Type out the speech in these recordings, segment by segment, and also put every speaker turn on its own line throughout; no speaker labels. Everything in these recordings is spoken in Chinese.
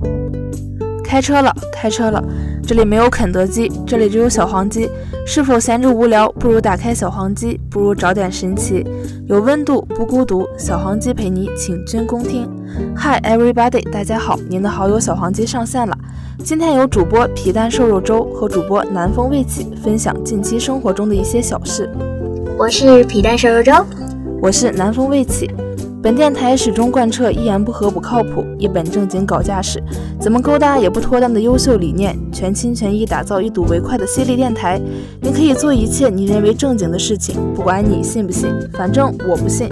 开车了，开车了！这里没有肯德基，这里只有小黄鸡。是否闲着无聊，不如打开小黄鸡，不如找点神奇。有温度，不孤独，小黄鸡陪你请君恭听。Hi everybody， 大家好，您的好友小黄鸡上线了。今天有主播皮蛋瘦肉粥和主播南风未起分享近期生活中的一些小事。
我是皮蛋瘦肉粥，
我是南风未起。本电台始终贯彻一言不合不靠谱，一本正经搞架势，怎么勾搭也不脱单的优秀理念，全心全意打造一睹为快的犀利电台。你可以做一切你认为正经的事情，不管你信不信，反正我不信。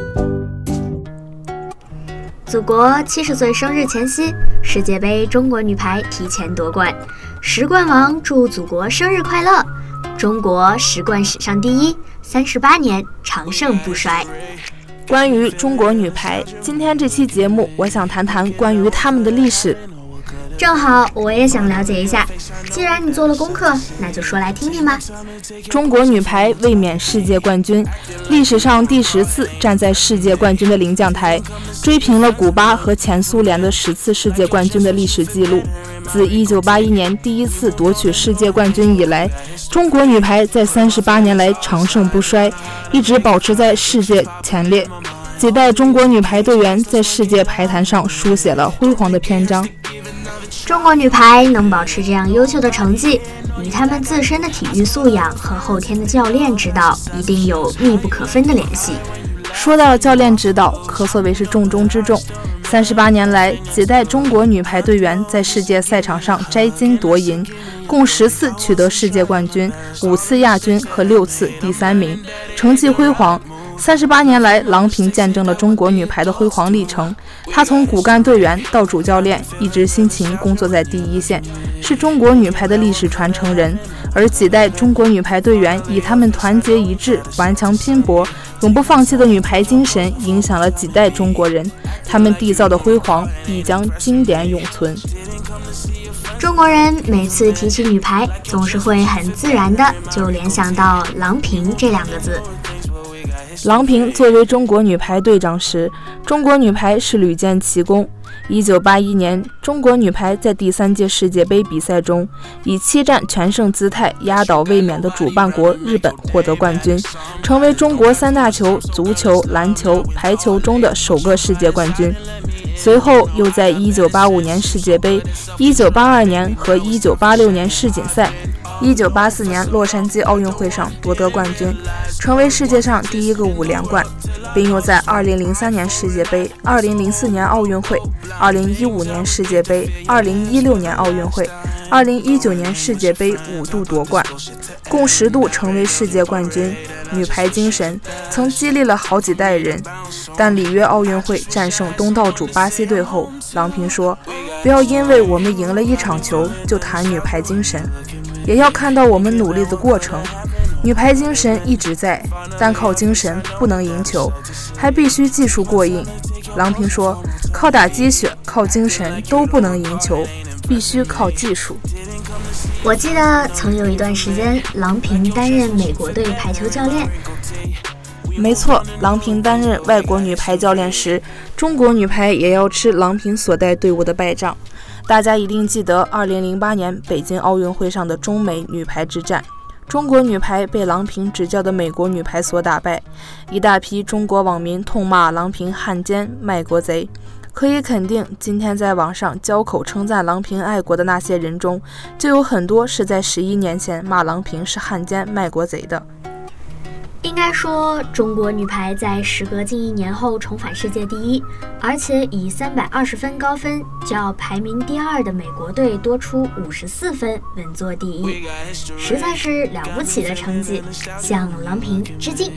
祖国70岁生日前夕，世界杯中国女排提前夺冠，10冠王祝祖国生日快乐！中国10冠史上第一，38年长盛不衰。
关于中国女排，今天这期节目我想谈谈关于她们的历史。
正好我也想了解一下，既然你做了功课，那就说来听听吧。
中国女排卫冕世界冠军，历史上第10次站在世界冠军的领奖台，追平了古巴和前苏联的10次世界冠军的历史记录。自1981年第一次夺取世界冠军以来，中国女排在38年来长盛不衰，一直保持在世界前列。几代中国女排队员在世界排坛上书写了辉煌的篇章。
中国女排能保持这样优秀的成绩，与她们自身的体育素养和后天的教练指导一定有密不可分的联系。
说到教练指导，可所谓是重中之重。38年来，几代中国女排队员在世界赛场上摘金夺银，共10次取得世界冠军，5次亚军和6次第3名，成绩辉煌。38年来，郎平见证了中国女排的辉煌历程。她从骨干队员到主教练，一直辛勤工作在第一线，是中国女排的历史传承人。而几代中国女排队员以他们团结一致、顽强拼搏、永不放弃的女排精神，影响了几代中国人。他们缔造的辉煌必将经典永存。
中国人每次提起女排，总是会很自然的就联想到郎平这2个字。
郎平作为中国女排队长时，中国女排是屡建奇功。1981年，中国女排在第3届世界杯比赛中，以7战全胜姿态压倒卫冕的主办国日本，获得冠军，成为中国3大球足球、篮球、排球中的首个世界冠军。随后又在1985年世界杯、1982年和1986年世锦赛、1984年洛杉矶奥运会上夺得冠军，成为世界上第一个5连冠，并又在2003年世界杯、2004年奥运会、2015年世界杯、2016年奥运会、2019年世界杯5度夺冠，共10度成为世界冠军。女排精神曾激励了好几代人，但里约奥运会战胜东道主巴西队后，郎平说：“不要因为我们赢了1场球就谈女排精神，也要看到我们努力的过程。女排精神一直在，单靠精神不能赢球，还必须技术过硬。”郎平说：“靠打鸡血、靠精神都不能赢球，必须靠技术。”
我记得曾有一段时间，郎平担任美国队排球教练。
没错，郎平担任外国女排教练时，中国女排也要吃郎平所带队伍的败仗。大家一定记得2008年北京奥运会上的中美女排之战，中国女排被郎平执教的美国女排所打败，一大批中国网民痛骂郎平汉奸卖国贼。可以肯定，今天在网上交口称赞郎平爱国的那些人中，就有很多是在11年前骂郎平是汉奸卖国贼的。
应该说，中国女排在时隔近1年后重返世界第一，而且以320分高分较排名第2的美国队多出54分，稳坐第一，实在是了不起的成绩，向郎平致敬。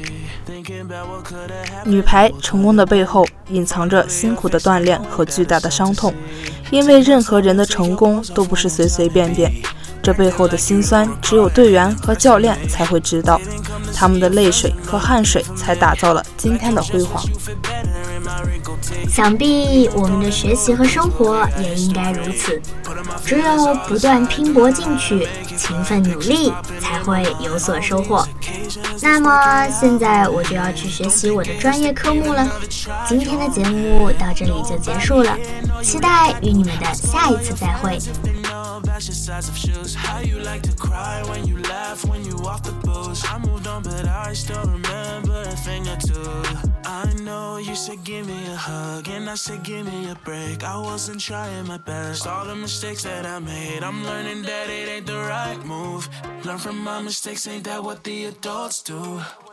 女排成功的背后隐藏着辛苦的锻炼和巨大的伤痛，因为任何人的成功都不是随随便便，这背后的辛酸只有队员和教练才会知道，他们的泪水和汗水才打造了今天的辉煌。
想必我们的学习和生活也应该如此，只有不断拼搏进取，勤奋努力，才会有所收获。那么现在我就要去学习我的专业科目了。今天的节目到这里就结束了，期待与你们的下一次再会。
I know you said give me a hug and I said give me a break. I wasn't trying my best. All the mistakes that I made, I'm learning that it ain't the right move. Learn from my mistakes, ain't that what the adults do?